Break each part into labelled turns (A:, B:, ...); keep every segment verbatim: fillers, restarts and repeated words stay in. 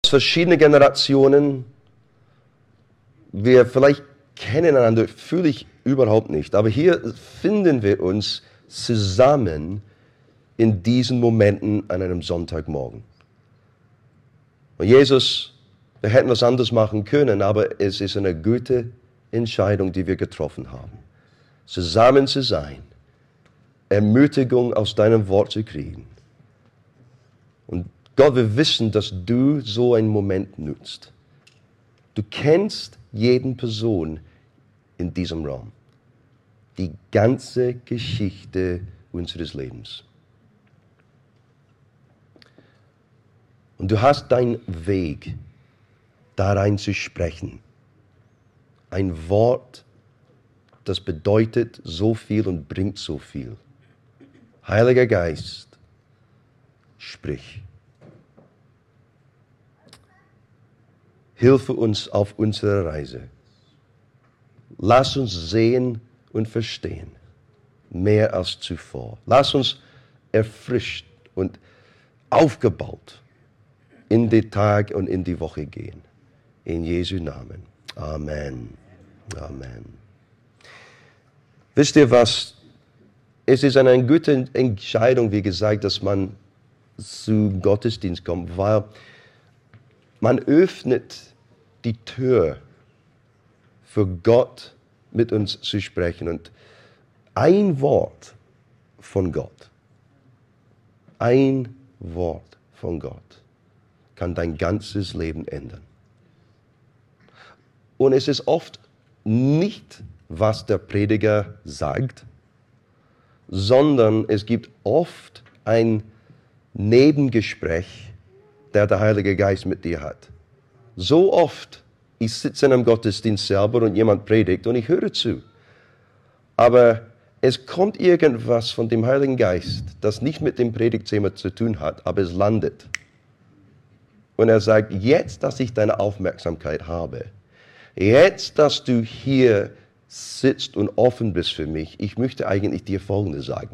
A: verschiedene Generationen. Wir vielleicht kennen einander, fühle ich überhaupt nicht. Aber hier finden wir uns zusammen in diesen Momenten an einem Sonntagmorgen. Und Jesus, wir hätten was anderes machen können, aber es ist eine gute Entscheidung, die wir getroffen haben. Zusammen zu sein, Ermutigung aus deinem Wort zu kriegen. Und Gott, wir wissen, dass du so einen Moment nutzt. Du kennst jeden Person in diesem Raum. Die ganze Geschichte unseres Lebens. Und du hast deinen Weg, da rein zu sprechen. Ein Wort, das bedeutet so viel und bringt so viel. Heiliger Geist, sprich. Hilfe uns auf unserer Reise. Lass uns sehen und verstehen, mehr als zuvor. Lass uns erfrischt und aufgebaut in den Tag und in die Woche gehen. In Jesu Namen. Amen. Amen. Wisst ihr was? Es ist eine gute Entscheidung, wie gesagt, dass man zu Gottesdienst kommt, weil man öffnet die Tür für Gott mit uns zu sprechen. Und ein Wort von Gott, ein Wort von Gott kann dein ganzes Leben ändern. Und es ist oft nicht, was der Prediger sagt, sondern es gibt oft ein Nebengespräch, der der Heilige Geist mit dir hat. So oft, ich sitze in einem Gottesdienst selber und jemand predigt und ich höre zu. Aber es kommt irgendwas von dem Heiligen Geist, das nicht mit dem Predigtthema zu tun hat, aber es landet. Und er sagt, jetzt, dass ich deine Aufmerksamkeit habe, jetzt, dass du hier sitzt und offen bist für mich, ich möchte eigentlich dir Folgendes sagen.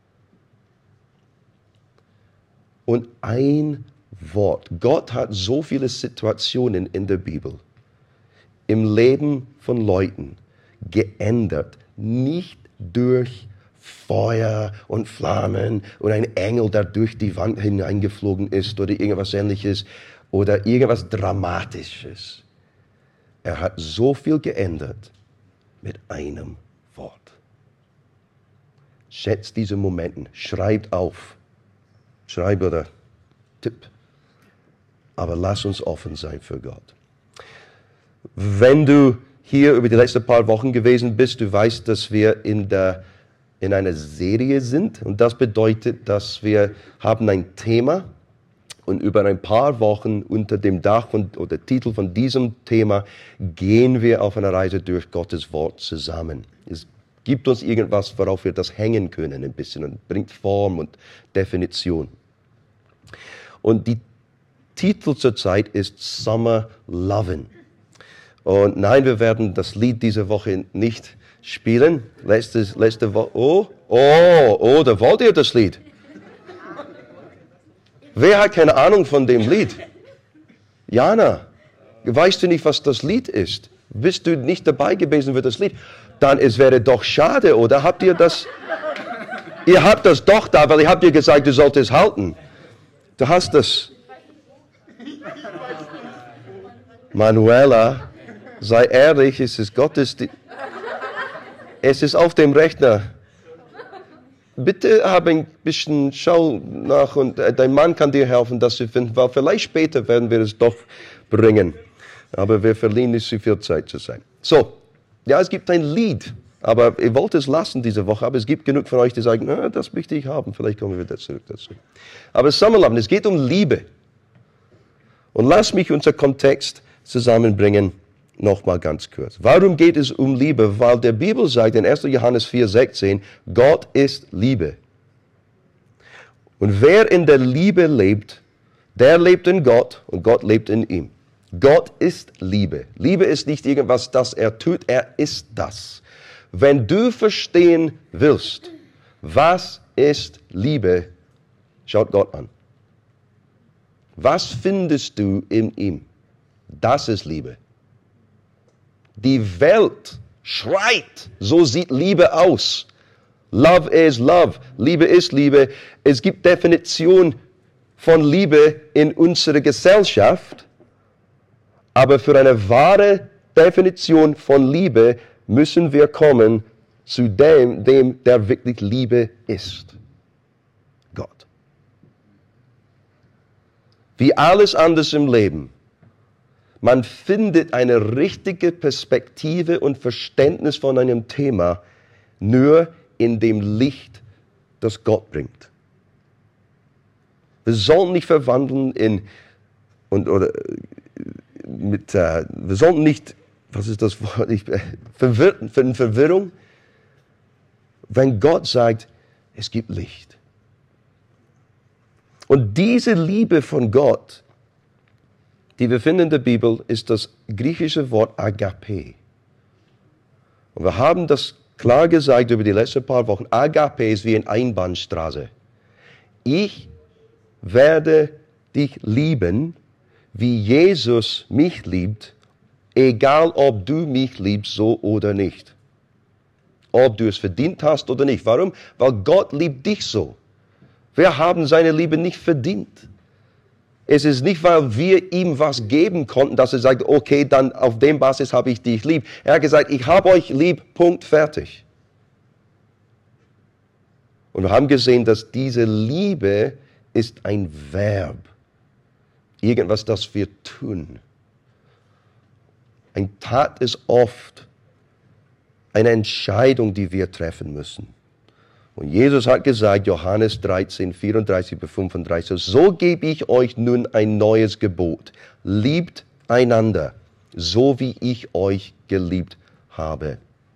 A: Und ein Wort. Gott hat so viele Situationen in der Bibel, im Leben von Leuten geändert, nicht durch Feuer und Flammen und ein Engel, der durch die Wand hineingeflogen ist oder irgendwas Ähnliches oder irgendwas Dramatisches. Er hat so viel geändert mit einem Wort. Schätzt diese Momente, schreibt auf, schreib oder tipp. Aber lass uns offen sein für Gott. Wenn du hier über die letzten paar Wochen gewesen bist, du weißt, dass wir in, der, in einer Serie sind. Und das bedeutet, dass wir haben ein Thema und über ein paar Wochen unter dem Dach von, oder Titel von diesem Thema gehen wir auf eine Reise durch Gottes Wort zusammen. Es gibt uns irgendwas, worauf wir das hängen können ein bisschen und bringt Form und Definition. Und die Titel zurzeit ist Summer Lovin'. Und nein, wir werden das Lied diese Woche nicht spielen. Letzte, letzte Woche, oh, oh, oh, da wollt ihr das Lied. Wer hat keine Ahnung von dem Lied? Jana, weißt du nicht, was das Lied ist? Bist du nicht dabei gewesen für das Lied? Dann es wäre doch schade, oder? Habt ihr das? Ihr habt das doch da, weil ich habe dir gesagt, du solltest halten. Du hast das. Manuela, sei ehrlich, es ist Gottes, es ist auf dem Rechner. Bitte hab ein bisschen, schau nach und dein Mann kann dir helfen, das zu finden, weil vielleicht später werden wir es doch bringen. Aber wir verlieren nicht so viel Zeit zu sein. So, ja, es gibt ein Lied, aber ich wollte es lassen diese Woche, aber es gibt genug von euch, die sagen, na, das möchte ich haben, vielleicht kommen wir wieder zurück dazu. Aber Summer Lovin', es geht um Liebe. Und lass mich unser Kontext zusammenbringen, nochmal ganz kurz. Warum geht es um Liebe? Weil der Bibel sagt in erster Johannes vier sechzehn, Gott ist Liebe. Und wer in der Liebe lebt, der lebt in Gott und Gott lebt in ihm. Gott ist Liebe. Liebe ist nicht irgendwas, das er tut, er ist das. Wenn du verstehen willst, was ist Liebe, schaut Gott an. Was findest du in ihm? Das ist Liebe. Die Welt schreit, so sieht Liebe aus. Love is love. Liebe ist Liebe. Es gibt Definition von Liebe in unserer Gesellschaft, aber für eine wahre Definition von Liebe müssen wir kommen zu dem, dem der wirklich Liebe ist. Gott. Wie alles anders im Leben. Man findet eine richtige Perspektive und Verständnis von einem Thema nur in dem Licht, das Gott bringt. Wir sollen nicht verwandeln in, und, oder mit, äh, wir sollten nicht, was ist das Wort, ich, äh, verwirrt, in Verwirrung, wenn Gott sagt, es gibt Licht. Und diese Liebe von Gott, die wir finden in der Bibel, ist das griechische Wort Agape. Und wir haben das klar gesagt über die letzten paar Wochen. Agape ist wie eine Einbahnstraße. Ich werde dich lieben, wie Jesus mich liebt, egal ob du mich liebst, so oder nicht. Ob du es verdient hast oder nicht. Warum? Weil Gott liebt dich so. Wir haben seine Liebe nicht verdient. Es ist nicht, weil wir ihm was geben konnten, dass er sagt, okay, dann auf dem Basis habe ich dich lieb. Er hat gesagt, ich habe euch lieb, Punkt, fertig. Und wir haben gesehen, dass diese Liebe ist ein Verb. Irgendwas, das wir tun. Ein Tat ist oft eine Entscheidung, die wir treffen müssen. Und Jesus hat gesagt, Johannes dreizehn, vierunddreißig bis fünfunddreißig, so gebe ich euch nun ein neues Gebot. Liebt einander, so wie ich euch geliebt habe.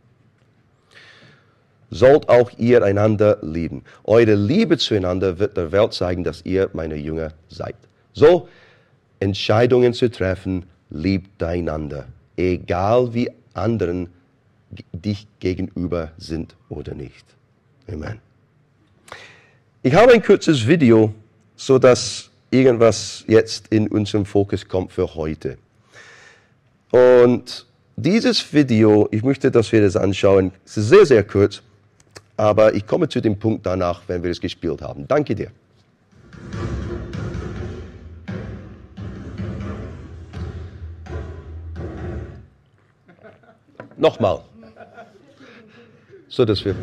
A: Sollt auch ihr einander lieben. Eure Liebe zueinander wird der Welt zeigen, dass ihr meine Jünger seid. So, Entscheidungen zu treffen, liebt einander. Egal wie anderen dich gegenüber sind oder nicht. Amen. Ich habe ein kurzes Video, so dass irgendwas jetzt in unserem Fokus kommt für heute. Und dieses Video, ich möchte, dass wir das anschauen. Es ist sehr, sehr kurz, aber ich komme zu dem Punkt danach, wenn wir es gespielt haben. Danke dir. Nochmal. So, dass wir...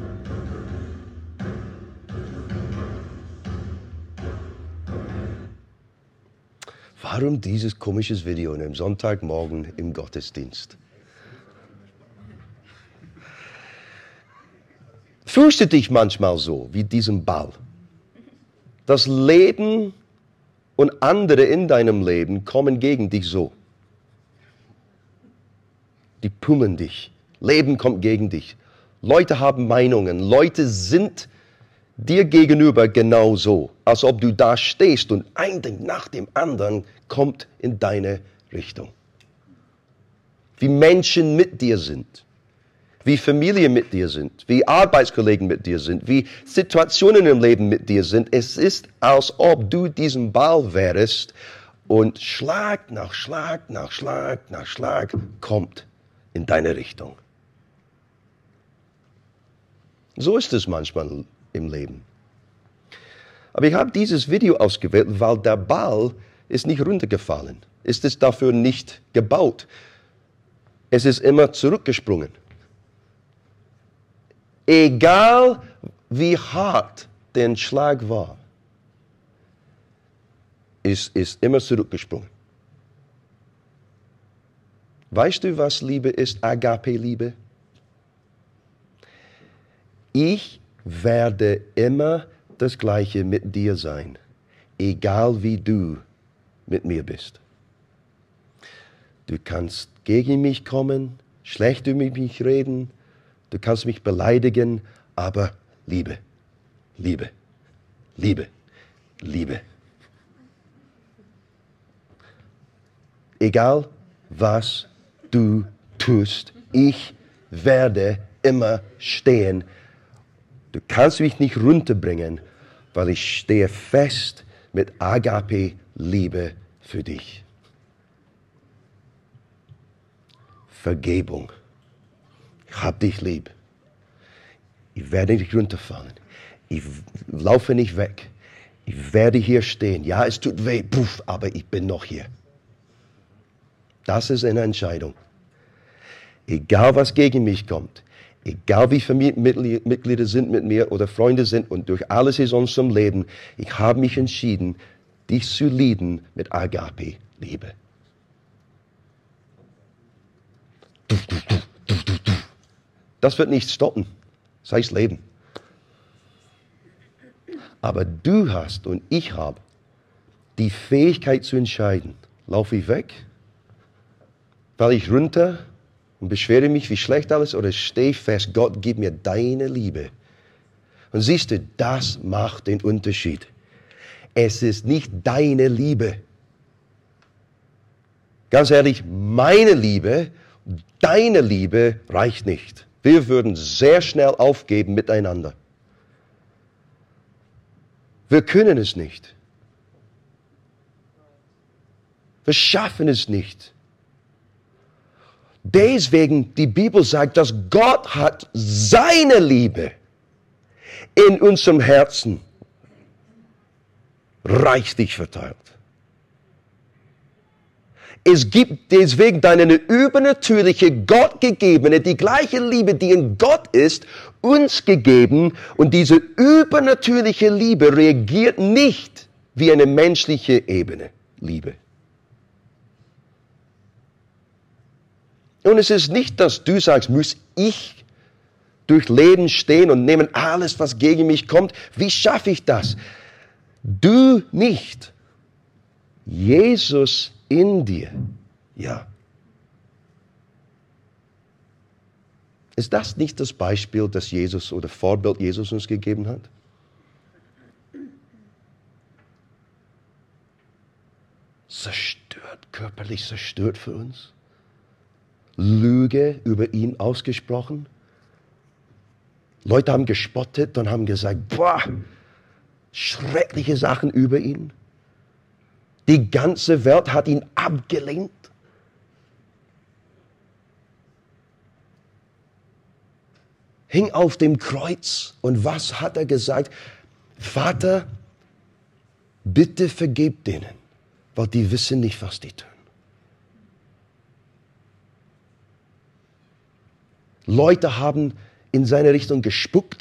A: Warum dieses komische Video am Sonntagmorgen im Gottesdienst? Fürchte dich manchmal so, wie diesen Ball. Das Leben und andere in deinem Leben kommen gegen dich so. Die pummeln dich. Leben kommt gegen dich. Leute haben Meinungen. Leute sind dir gegenüber genauso, als ob du da stehst und ein Ding nach dem anderen kommt in deine Richtung. Wie Menschen mit dir sind, wie Familie mit dir sind, wie Arbeitskollegen mit dir sind, wie Situationen im Leben mit dir sind. Es ist, als ob du diesen Ball wärst und Schlag nach Schlag nach Schlag nach Schlag kommt in deine Richtung. So ist es manchmal im Leben. Aber ich habe dieses Video ausgewählt, weil der Ball ist nicht runtergefallen. Es ist dafür nicht gebaut. Es ist immer zurückgesprungen. Egal wie hart der Schlag war, es ist immer zurückgesprungen. Weißt du, was Liebe ist? Agape-Liebe? Ich werde immer das Gleiche mit dir sein, egal wie du mit mir bist. Du kannst gegen mich kommen, schlecht über mich reden, du kannst mich beleidigen, aber Liebe, Liebe, Liebe, Liebe. Egal was du tust, ich werde immer stehen. Du kannst mich nicht runterbringen, weil ich stehe fest mit Agape Liebe für dich. Vergebung. Ich hab dich lieb. Ich werde nicht runterfallen. Ich laufe nicht weg. Ich werde hier stehen. Ja, es tut weh, puff, aber ich bin noch hier. Das ist eine Entscheidung. Egal, was gegen mich kommt, egal wie Familienmitglieder sind mit mir oder Freunde sind und durch alles ist unserem Leben, ich habe mich entschieden, dich zu lieben mit Agape-Liebe. Das wird nicht stoppen. Das heißt Leben. Aber du hast und ich habe die Fähigkeit zu entscheiden, laufe ich weg, falle ich runter und beschwere mich, wie schlecht alles, oder stehe ich fest, Gott, gib mir deine Liebe. Und siehst du, das macht den Unterschied. Es ist nicht deine Liebe. Ganz ehrlich, meine Liebe, deine Liebe reicht nicht. Wir würden sehr schnell aufgeben miteinander. Wir können es nicht. Wir schaffen es nicht. Deswegen, die Bibel sagt, dass Gott hat seine Liebe in unserem Herzen reichlich verteilt. Es gibt deswegen eine übernatürliche, gottgegebene, die gleiche Liebe, die in Gott ist, uns gegeben. Und diese übernatürliche Liebe reagiert nicht wie eine menschliche Ebene Liebe. Und es ist nicht, dass du sagst, muss ich durch Leben stehen und nehmen alles, was gegen mich kommt. Wie schaffe ich das? Du nicht. Jesus in dir. Ja. Ist das nicht das Beispiel, das Jesus oder Vorbild Jesus uns gegeben hat? Zerstört, körperlich zerstört für uns. Lüge über ihn ausgesprochen. Leute haben gespottet und haben gesagt, boah, schreckliche Sachen über ihn. Die ganze Welt hat ihn abgelehnt. Hing auf dem Kreuz und was hat er gesagt? Vater, bitte vergib denen, weil die wissen nicht, was die tun. Leute haben in seine Richtung gespuckt.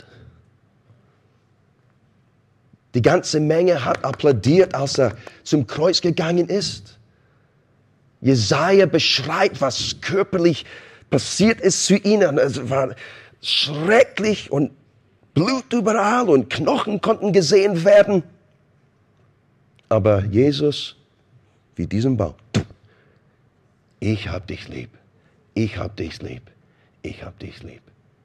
A: Die ganze Menge hat applaudiert, als er zum Kreuz gegangen ist. Jesaja beschreibt, was körperlich passiert ist zu ihnen. Es war schrecklich und Blut überall und Knochen konnten gesehen werden. Aber Jesus, wie diesen Baum, ich hab dich lieb, ich hab dich lieb, ich hab dich lieb.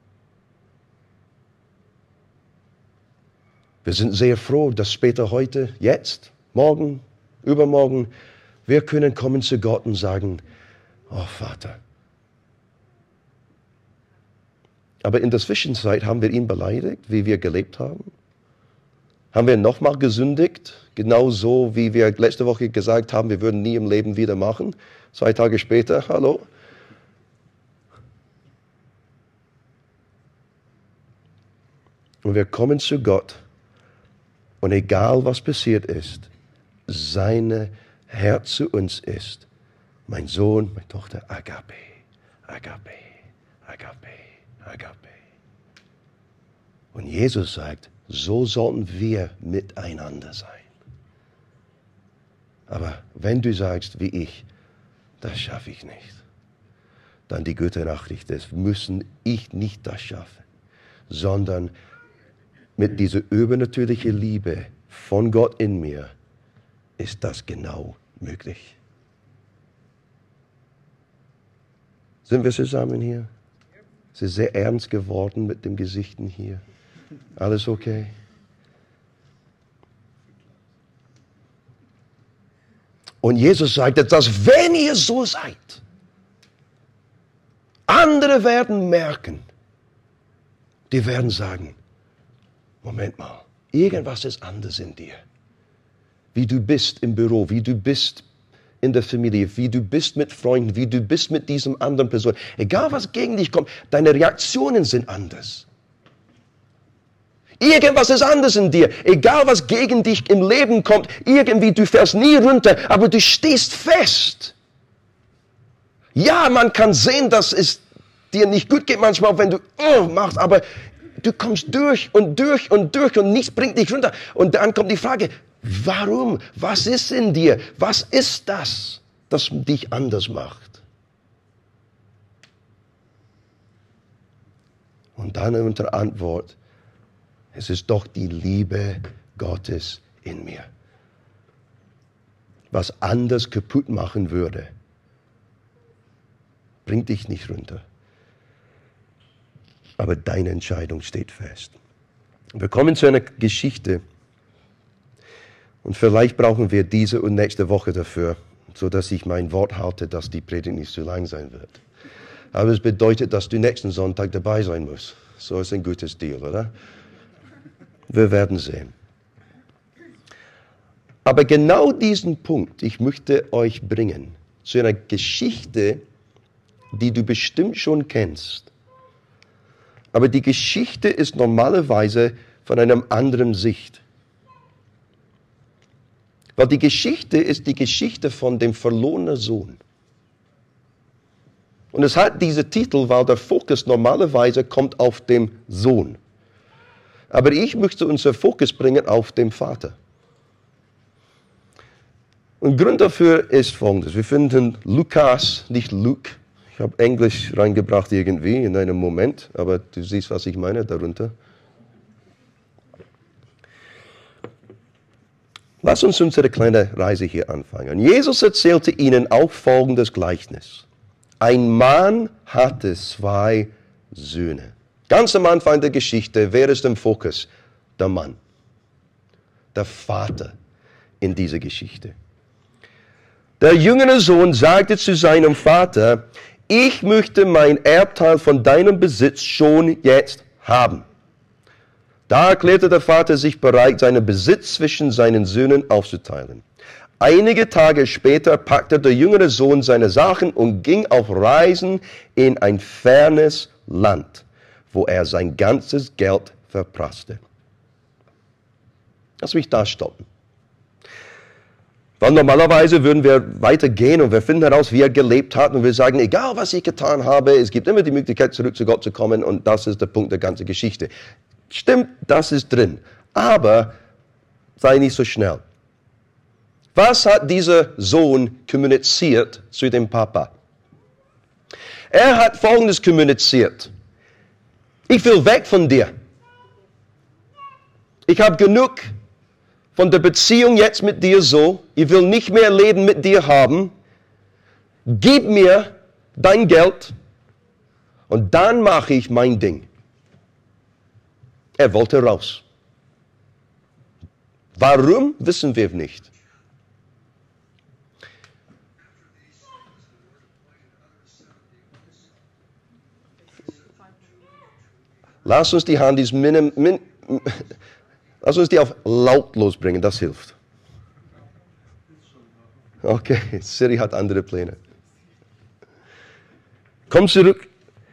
A: Wir sind sehr froh, dass später heute, jetzt, morgen, übermorgen, wir können kommen zu Gott und sagen, oh Vater. Aber in der Zwischenzeit haben wir ihn beleidigt, wie wir gelebt haben. Haben wir nochmal gesündigt, genauso wie wir letzte Woche gesagt haben, wir würden nie im Leben wieder machen. Zwei Tage später, hallo. Und wir kommen zu Gott. Und egal was passiert ist, sein Herz zu uns ist, mein Sohn, meine Tochter, Agape, Agape, Agape, Agape. Und Jesus sagt, so sollten wir miteinander sein. Aber wenn du sagst, wie ich, das schaffe ich nicht, dann die gute Nachricht ist, müssen ich nicht das schaffen, sondern mit dieser übernatürlichen Liebe von Gott in mir ist das genau möglich. Sind wir zusammen hier? Es ist sehr ernst geworden mit dem Gesichten hier. Alles okay? Und Jesus sagt, dass wenn ihr so seid, andere werden merken, die werden sagen, Moment mal, irgendwas ist anders in dir. wie du bist im Büro, wie du bist in der Familie, wie du bist mit Freunden, wie du bist mit diesem anderen Person. Egal was gegen dich kommt, deine Reaktionen sind anders. Irgendwas ist anders in dir. Egal was gegen dich im Leben kommt, irgendwie, du fällst nie runter, aber du stehst fest. Ja, man kann sehen, dass es dir nicht gut geht manchmal, wenn du oh, machst, aber du kommst durch und durch und durch und nichts bringt dich runter. Und dann kommt die Frage, warum? Was ist in dir? Was ist das, das dich anders macht? Und dann unsere Antwort, es ist doch die Liebe Gottes in mir. Was anders kaputt machen würde, bringt dich nicht runter. Aber deine Entscheidung steht fest. Wir kommen zu einer Geschichte. Und vielleicht brauchen wir diese und nächste Woche dafür, sodass ich mein Wort halte, dass die Predigt nicht zu lang sein wird. Aber es bedeutet, dass du nächsten Sonntag dabei sein musst. So ist ein gutes Deal, oder? Wir werden sehen. Aber genau diesen Punkt, ich möchte euch bringen zu einer Geschichte, die du bestimmt schon kennst. Aber die Geschichte ist normalerweise von einer anderen Sicht. Weil die Geschichte ist die Geschichte von dem verlorenen Sohn. Und es hat diesen Titel, weil der Fokus normalerweise kommt auf dem Sohn. Aber ich möchte unseren Fokus bringen auf den Vater. Und Grund dafür ist folgendes. Wir finden Lukas, nicht Luke. Ich habe Englisch reingebracht irgendwie in einem Moment, aber du siehst, was ich meine darunter. Lass uns unsere kleine Reise hier anfangen. Jesus erzählte ihnen auch folgendes Gleichnis. Ein Mann hatte zwei Söhne. Ganz am Anfang der Geschichte, wer ist im Fokus? Der Mann. Der Vater in dieser Geschichte. Der jüngere Sohn sagte zu seinem Vater, ich möchte mein Erbteil von deinem Besitz schon jetzt haben. Da erklärte der Vater sich bereit, seinen Besitz zwischen seinen Söhnen aufzuteilen. Einige Tage später packte der jüngere Sohn seine Sachen und ging auf Reisen in ein fernes Land, wo er sein ganzes Geld verprasste. Lass mich da stoppen. Weil normalerweise würden wir weitergehen und wir finden heraus, wie er gelebt hat und wir sagen, egal was ich getan habe, es gibt immer die Möglichkeit, zurück zu Gott zu kommen und das ist der Punkt der ganzen Geschichte. Stimmt, das ist drin, aber sei nicht so schnell. Was hat dieser Sohn kommuniziert zu dem Papa? Er hat Folgendes kommuniziert. Ich will weg von dir. Ich habe genug von der Beziehung jetzt mit dir so. Ich will nicht mehr Leben mit dir haben. Gib mir dein Geld und dann mache ich mein Ding. Er wollte raus. Warum, wissen wir nicht. Lass uns die Handys minim, min, lass uns die auf lautlos bringen, das hilft. Okay, Siri hat andere Pläne. Komm zurück.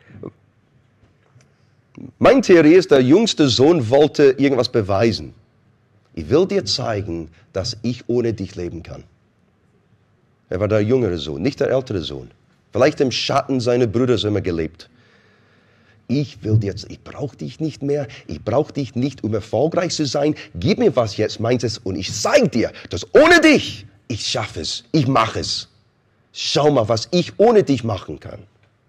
A: Meine Theorie ist, der jüngste Sohn wollte irgendwas beweisen. Ich will dir zeigen, dass ich ohne dich leben kann. Er war der jüngere Sohn, nicht der ältere Sohn. Vielleicht im Schatten seiner Brüder immer gelebt. Ich will dir, ich brauche dich nicht mehr, ich brauche dich nicht, um erfolgreich zu sein. Gib mir was jetzt, meint es, und ich zeige dir, dass ohne dich, ich schaffe es, ich mache es. Schau mal, was ich ohne dich machen kann.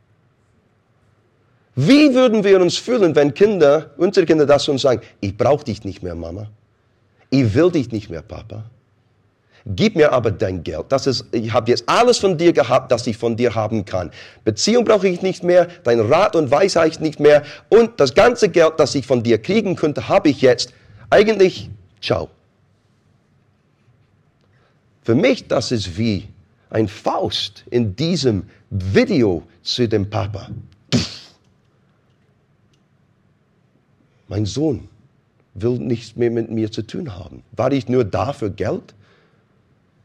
A: Wie würden wir uns fühlen, wenn Kinder, unsere Kinder das uns sagen, ich brauche dich nicht mehr, Mama. Ich will dich nicht mehr, Papa. Gib mir aber dein Geld. Das ist, ich habe jetzt alles von dir gehabt, das ich von dir haben kann. Beziehung brauche ich nicht mehr, dein Rat und Weisheit nicht mehr. Und das ganze Geld, das ich von dir kriegen könnte, habe ich jetzt. Eigentlich, ciao. Für mich, das ist wie ein Faust in diesem Video zu dem Papa. Mein Sohn will nichts mehr mit mir zu tun haben. War ich nur da für Geld?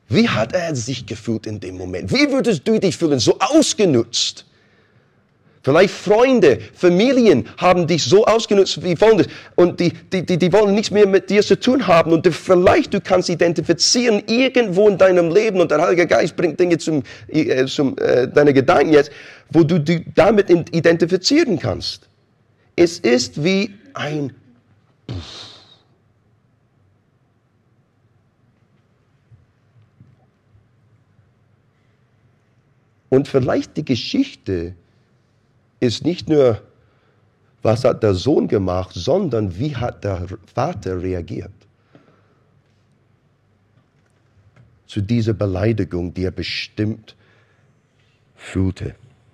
A: Wie hat er sich gefühlt in dem Moment? Wie würdest du dich fühlen? So ausgenutzt. Vielleicht Freunde, Familien haben dich so ausgenutzt wie folgendes. Und die, die, die, die wollen nichts mehr mit dir zu tun haben. Und vielleicht du kannst identifizieren irgendwo in deinem Leben, und der Heilige Geist bringt Dinge zum, äh, zum äh, deine Gedanken jetzt, wo du dich damit identifizieren kannst. Es ist wie ein Puff. Und vielleicht die Geschichte ist nicht nur, was hat der Sohn gemacht, sondern wie hat der Vater reagiert zu dieser Beleidigung, die er bestimmt fühlte.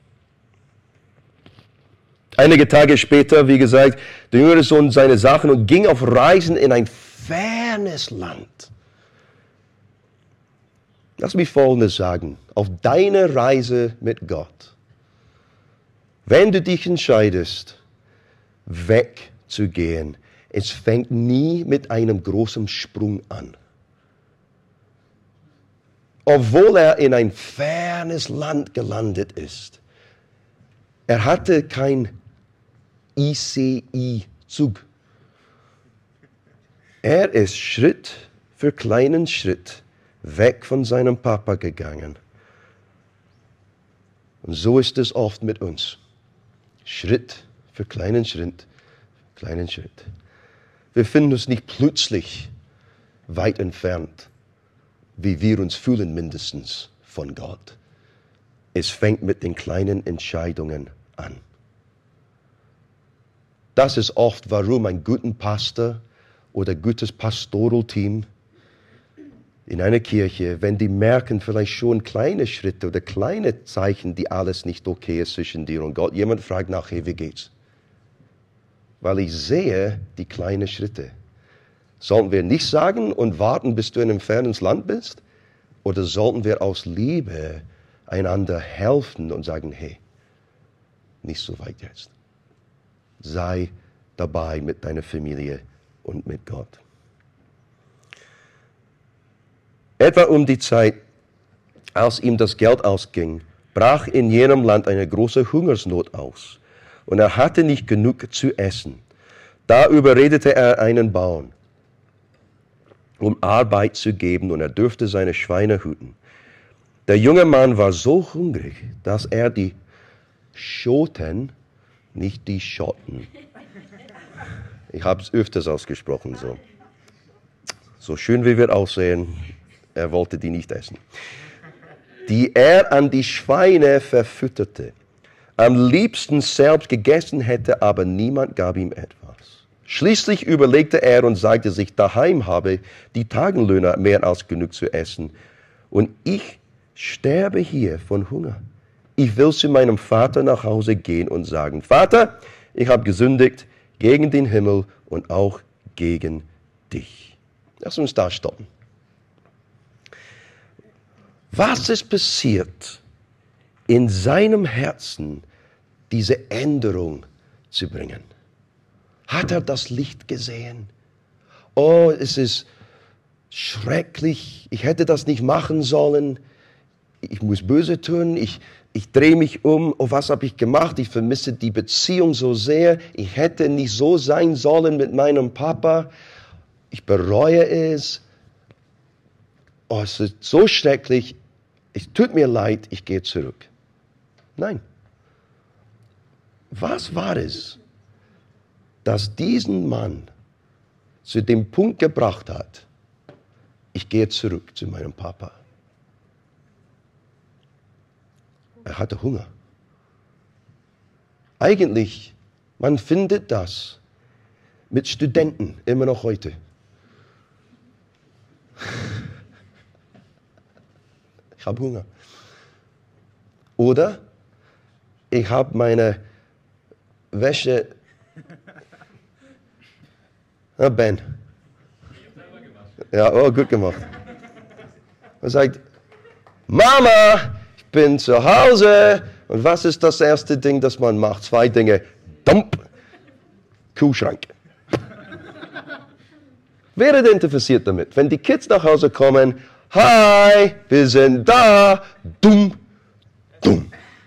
A: Einige Tage später, wie gesagt, der jüngere Sohn seine Sachen und ging auf Reisen in ein fernes Land. Lass mich Folgendes sagen. Auf deiner Reise mit Gott, wenn du dich entscheidest, wegzugehen, es fängt nie mit einem großen Sprung an. Obwohl er in ein fernes Land gelandet ist, er hatte kein I C I-Zug. Er ist Schritt für kleinen Schritt weg von seinem Papa gegangen. Und so ist es oft mit uns. Schritt für kleinen Schritt, kleinen Schritt. Wir finden uns nicht plötzlich weit entfernt, wie wir uns fühlen mindestens von Gott. Es fängt mit den kleinen Entscheidungen an. Das ist oft, warum ein guter Pastor oder gutes Pastoralteam in einer Kirche, wenn die merken vielleicht schon kleine Schritte oder kleine Zeichen, die alles nicht okay ist zwischen dir und Gott, jemand fragt nach, hey, wie geht's? Weil ich sehe die kleinen Schritte. Sollten wir nicht sagen und warten, bis du in einem fernen Land bist? Oder sollten wir aus Liebe einander helfen und sagen, hey, nicht so weit jetzt. Sei dabei mit deiner Familie und mit Gott. Etwa um die Zeit, als ihm das Geld ausging, brach in jenem Land eine große Hungersnot aus. Und er hatte nicht genug zu essen. Da überredete er einen Bauern, um Arbeit zu geben, und er dürfte seine Schweine hüten. Der junge Mann war so hungrig, dass er die Schoten, nicht die Schotten, ich habe es öfters ausgesprochen so, so schön wie wir aussehen, er wollte die nicht essen, die er an die Schweine verfütterte, am liebsten selbst gegessen hätte, aber niemand gab ihm etwas. Schließlich überlegte er und sagte sich, daheim habe die Tagelöhner mehr als genug zu essen und ich sterbe hier von Hunger. Ich will zu meinem Vater nach Hause gehen und sagen, Vater, ich habe gesündigt gegen den Himmel und auch gegen dich. Lass uns da stoppen. Was ist passiert in seinem Herzen, diese Änderung zu bringen? Hat er das Licht gesehen? Oh, es ist schrecklich. Ich hätte das nicht machen sollen. Ich muss böse tun. Ich, ich drehe mich um. Oh, was habe ich gemacht? Ich vermisse die Beziehung so sehr. Ich hätte nicht so sein sollen mit meinem Papa. Ich bereue es. Oh, es ist so schrecklich. Es tut mir leid, ich gehe zurück. Nein. Was war es, das diesen Mann zu dem Punkt gebracht hat, ich gehe zurück zu meinem Papa? Er hatte Hunger. Eigentlich, man findet das mit Studenten immer noch heute. Ich habe Hunger. Oder ich habe meine Wäsche. Na, Ben. Ja, oh, gut gemacht. Er sagt, Mama, ich bin zu Hause. Und was ist das erste Ding, das man macht? Zwei Dinge. Dump, Kühlschrank. Wer identifiziert damit? Wenn die Kids nach Hause kommen, Hi, wir sind da. Dumm, dumm.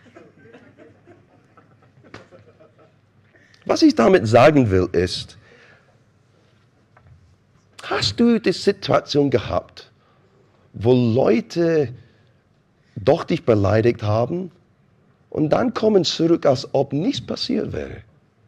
A: Was ich damit sagen will ist, hast du die Situation gehabt, wo Leute doch dich beleidigt haben und dann kommen zurück, als ob nichts passiert wäre?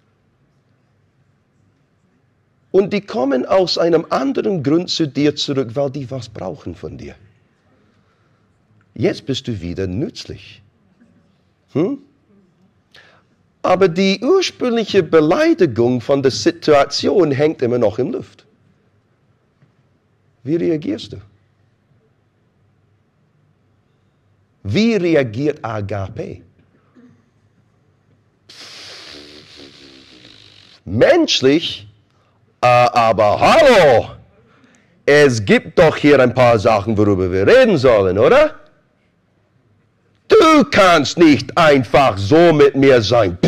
A: Und die kommen aus einem anderen Grund zu dir zurück, weil die was brauchen von dir. Jetzt bist du wieder nützlich. Hm? Aber die ursprüngliche Beleidigung von der Situation hängt immer noch in der Luft. Wie reagierst du? Wie reagiert Agape? Menschlich, äh, aber hallo, es gibt doch hier ein paar Sachen, worüber wir reden sollen, oder? Du kannst nicht einfach so mit mir sein.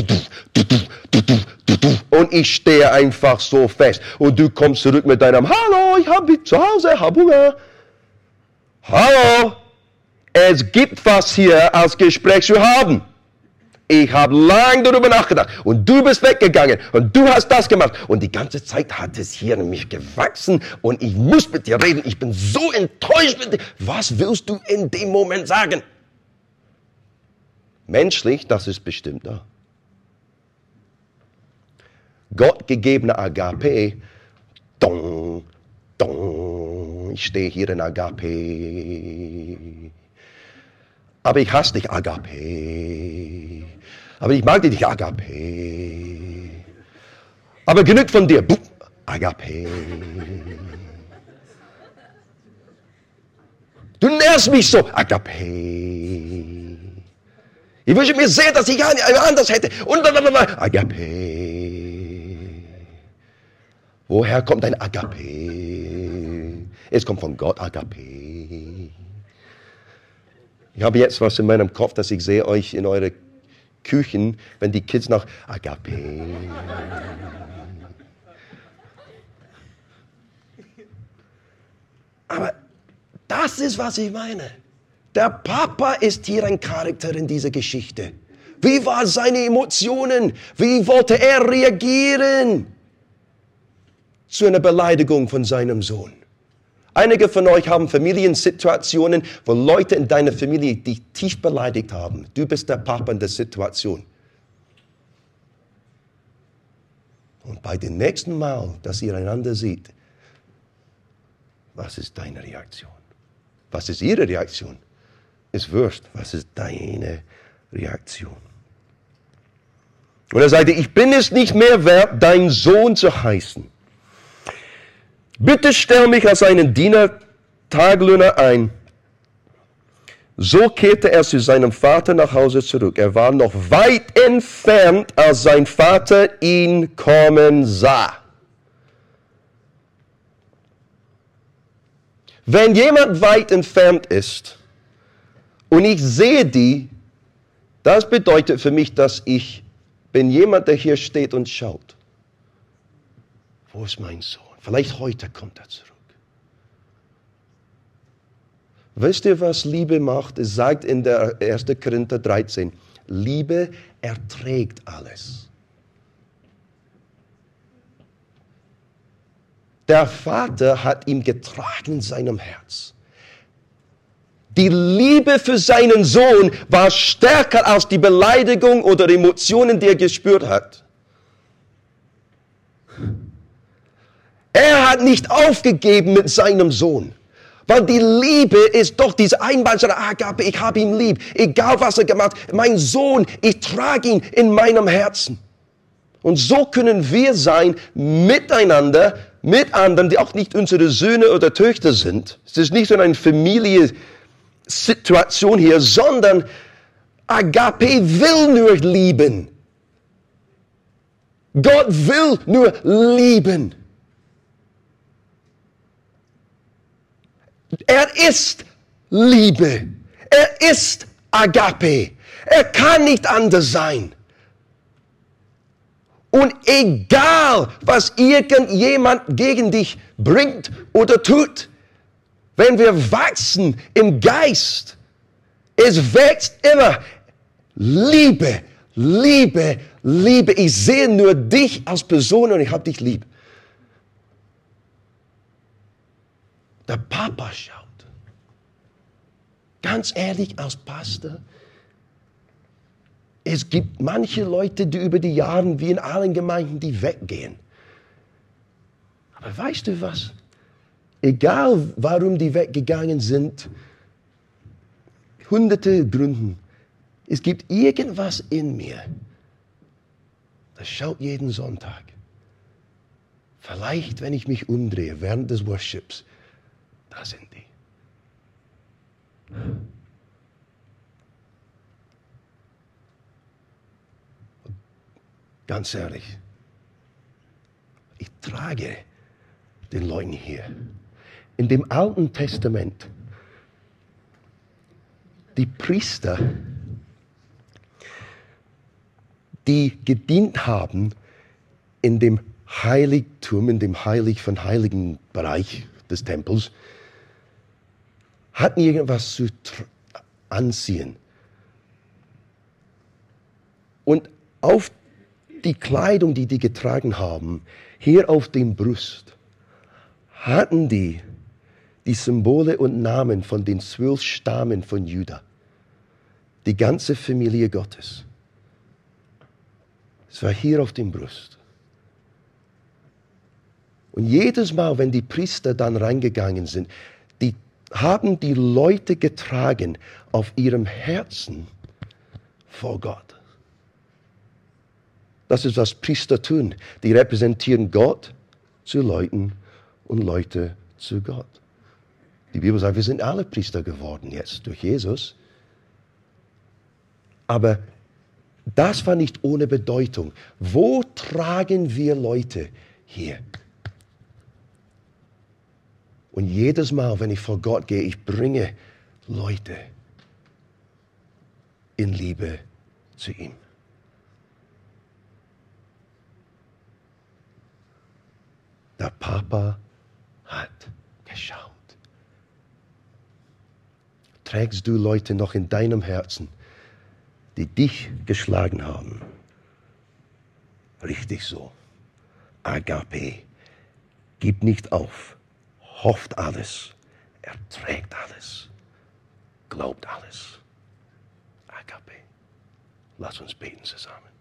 A: Und ich stehe einfach so fest. Und du kommst zurück mit deinem Hallo, ich habe zu Hause, habe Hunger. Hallo, es gibt was hier als Gespräch zu haben. Ich habe lange darüber nachgedacht. Und du bist weggegangen. Und du hast das gemacht. Und die ganze Zeit hat es hier in mich gewachsen. Und ich muss mit dir reden. Ich bin so enttäuscht mit dir. Was willst du in dem Moment sagen? Menschlich, das ist bestimmt da. Gottgegebene Agape, dong, dong, ich stehe hier in Agape. Aber ich hasse dich, Agape. Aber ich mag dich nicht, Agape. Aber genug von dir, Buh, Agape. Du nervst mich so, Agape. Ich wünsche mir sehr, dass ich einen anders hätte. Und Agape. Woher kommt dein Agape? Es kommt von Gott, Agape. Ich habe jetzt was in meinem Kopf, dass ich sehe euch in eure Küchen, wenn die Kids nach Agape. Aber das ist, was ich meine. Der Papa ist hier ein Charakter in dieser Geschichte. Wie waren seine Emotionen? Wie wollte er reagieren zu einer Beleidigung von seinem Sohn? Einige von euch haben Familiensituationen, wo Leute in deiner Familie dich tief beleidigt haben. Du bist der Papa in der Situation. Und bei dem nächsten Mal, dass ihr einander seht, was ist deine Reaktion? Was ist ihre Reaktion? Ist wurscht, was ist deine Reaktion? Und er sagte, ich bin es nicht mehr wert, dein Sohn zu heißen. Bitte stell mich als einen Diener, Tagelöhner ein. So kehrte er zu seinem Vater nach Hause zurück. Er war noch weit entfernt, als sein Vater ihn kommen sah. Wenn jemand weit entfernt ist und ich sehe die, das bedeutet für mich, dass ich bin jemand, der hier steht und schaut. Wo ist mein Sohn? Vielleicht heute kommt er zurück. Wisst ihr, was Liebe macht? Es sagt in der ersten Korinther dreizehn, Liebe erträgt alles. Der Vater hat ihn getragen in seinem Herz. Die Liebe für seinen Sohn war stärker als die Beleidigung oder Emotionen, die er gespürt hat. Er hat nicht aufgegeben mit seinem Sohn. Weil die Liebe ist doch diese einmalige Agape, ich habe ihn lieb. Egal was er gemacht hat, mein Sohn, ich trage ihn in meinem Herzen. Und so können wir sein miteinander, mit anderen, die auch nicht unsere Söhne oder Töchter sind. Es ist nicht so eine Familiensituation hier, sondern Agape will nur lieben. Gott will nur lieben. Er ist Liebe. Er ist Agape. Er kann nicht anders sein. Und egal, was irgendjemand gegen dich bringt oder tut, wenn wir wachsen im Geist, es wächst immer. Liebe, Liebe, Liebe. Ich sehe nur dich als Person und ich habe dich lieb. Der Papa schaut. Ganz ehrlich, als Pastor, es gibt manche Leute, die über die Jahre, wie in allen Gemeinden, die weggehen. Aber weißt du was? Egal, warum die weggegangen sind, hunderte Gründe. Es gibt irgendwas in mir, das schaut jeden Sonntag. Vielleicht, wenn ich mich umdrehe während des Worships, da sind die. Ganz ehrlich, ich trage den Leuten hier. In dem Alten Testament, die Priester, die gedient haben in dem Heiligtum, in dem Heilig von Heiligen Bereich des Tempels, hatten irgendwas zu anziehen. Und auf die Kleidung, die die getragen haben, hier auf dem Brust, hatten die die Symbole und Namen von den zwölf Stammen von Juda. Die ganze Familie Gottes. Es war hier auf dem Brust. Und jedes Mal, wenn die Priester dann reingegangen sind, die haben die Leute getragen auf ihrem Herzen vor Gott. Das ist, was Priester tun. Die repräsentieren Gott zu Leuten und Leute zu Gott. Die Bibel sagt, wir sind alle Priester geworden jetzt durch Jesus. Aber das war nicht ohne Bedeutung. Wo tragen wir Leute hier? Und jedes Mal, wenn ich vor Gott gehe, ich bringe Leute in Liebe zu ihm. Der Papa hat geschaut. Trägst du Leute noch in deinem Herzen, die dich geschlagen haben? Richtig so. Agape. Gib nicht auf. Hofft alles. Erträgt alles. Glaubt alles. Agape. Lass uns beten zusammen.